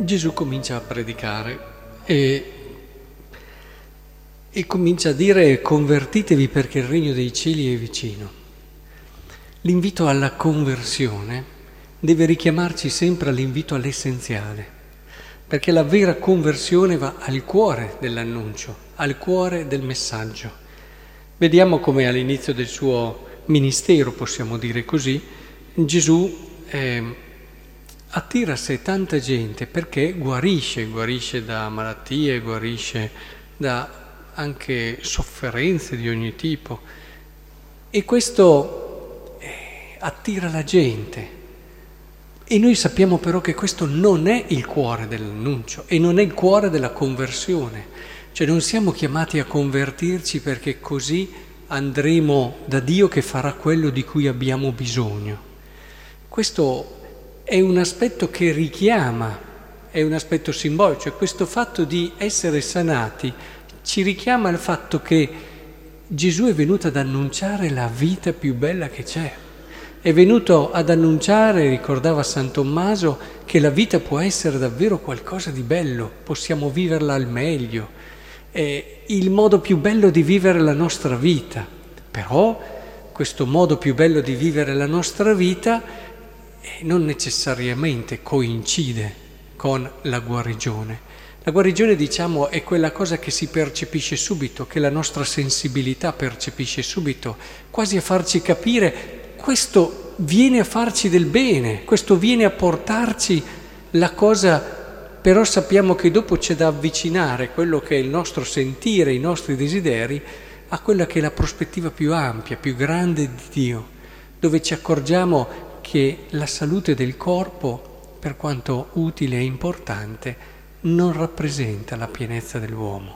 Gesù comincia a predicare e comincia a dire: convertitevi perché il regno dei cieli è vicino. L'invito alla conversione deve richiamarci sempre all'invito all'essenziale, perché la vera conversione va al cuore dell'annuncio, al cuore del messaggio. Vediamo come all'inizio del suo ministero, possiamo dire così, Gesù attira a sé tanta gente perché guarisce da malattie, guarisce da anche sofferenze di ogni tipo, e questo attira la gente. E noi sappiamo però che questo non è il cuore dell'annuncio e non è il cuore della conversione. Cioè non siamo chiamati a convertirci perché così andremo da Dio che farà quello di cui abbiamo bisogno. Questo è un aspetto che richiama, è un aspetto simbolico, cioè questo fatto di essere sanati ci richiama al fatto che Gesù è venuto ad annunciare la vita più bella che c'è. È venuto ad annunciare, ricordava San Tommaso, che la vita può essere davvero qualcosa di bello, possiamo viverla al meglio, è il modo più bello di vivere la nostra vita. Però questo modo più bello di vivere la nostra vita non necessariamente coincide con la guarigione. La guarigione, diciamo, è quella cosa che si percepisce subito, che la nostra sensibilità percepisce subito, quasi a farci capire: questo viene a farci del bene, questo viene a portarci la cosa, però sappiamo che dopo c'è da avvicinare quello che è il nostro sentire, i nostri desideri, a quella che è la prospettiva più ampia, più grande di Dio, dove ci accorgiamo che la salute del corpo, per quanto utile e importante, non rappresenta la pienezza dell'uomo.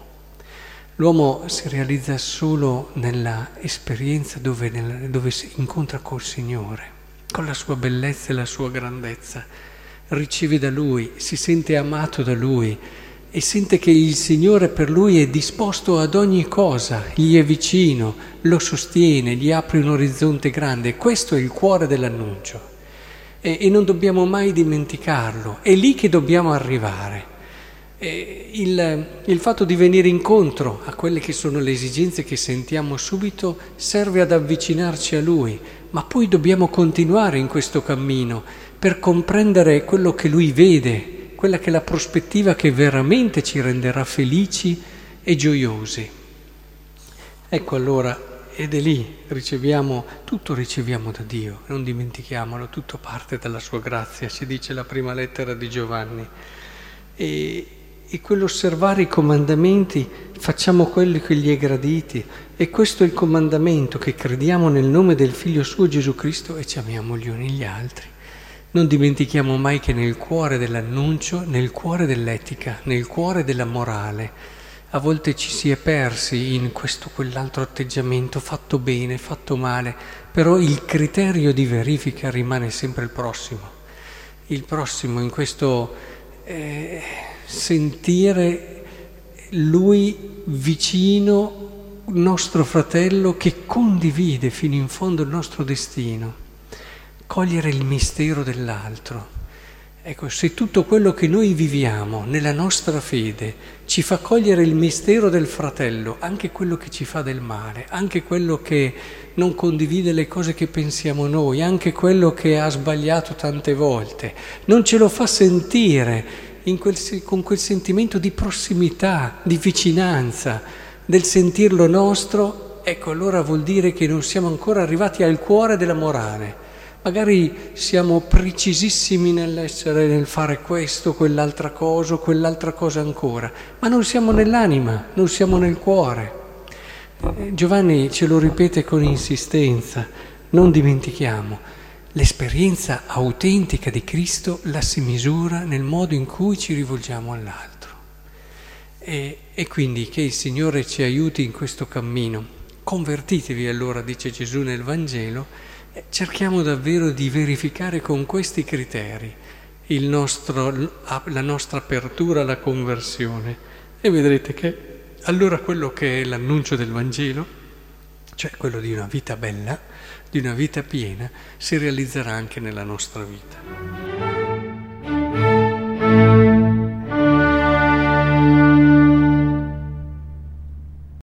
L'uomo si realizza solo nella esperienza dove si incontra col Signore, con la sua bellezza e la sua grandezza. Riceve da Lui, si sente amato da Lui e sente che il Signore per lui è disposto ad ogni cosa, gli è vicino, lo sostiene, gli apre un orizzonte grande. Questo è il cuore dell'annuncio e non dobbiamo mai dimenticarlo, è lì che dobbiamo arrivare. Il fatto di venire incontro a quelle che sono le esigenze che sentiamo subito serve ad avvicinarci a Lui, ma poi dobbiamo continuare in questo cammino per comprendere quello che Lui vede, quella che è la prospettiva che veramente ci renderà felici e gioiosi. Ecco allora, ed è lì, riceviamo da Dio, non dimentichiamolo, tutto parte dalla sua grazia, ci dice la prima lettera di Giovanni. E quell'osservare i comandamenti, facciamo quelli che gli è graditi, e questo è il comandamento, che crediamo nel nome del Figlio suo Gesù Cristo e ci amiamo gli uni gli altri. Non dimentichiamo mai che nel cuore dell'annuncio, nel cuore dell'etica, nel cuore della morale, a volte ci si è persi in questo o quell'altro atteggiamento, fatto bene, fatto male, però il criterio di verifica rimane sempre il prossimo. Il prossimo in questo sentire Lui vicino, nostro fratello che condivide fino in fondo il nostro destino, cogliere il mistero dell'altro. Ecco, se tutto quello che noi viviamo nella nostra fede ci fa cogliere il mistero del fratello, anche quello che ci fa del male, anche quello che non condivide le cose che pensiamo noi, anche quello che ha sbagliato tante volte, non ce lo fa sentire con quel sentimento di prossimità, di vicinanza, del sentirlo nostro, ecco allora vuol dire che non siamo ancora arrivati al cuore della morale. Magari siamo precisissimi nel fare questo, quell'altra cosa ancora, ma non siamo nell'anima, non siamo nel cuore. Giovanni ce lo ripete con insistenza, non dimentichiamo, l'esperienza autentica di Cristo la si misura nel modo in cui ci rivolgiamo all'altro. E quindi che il Signore ci aiuti in questo cammino. Convertitevi allora, dice Gesù nel Vangelo, cerchiamo davvero di verificare con questi criteri la nostra apertura alla conversione e vedrete che allora quello che è l'annuncio del Vangelo, cioè quello di una vita bella, di una vita piena, si realizzerà anche nella nostra vita.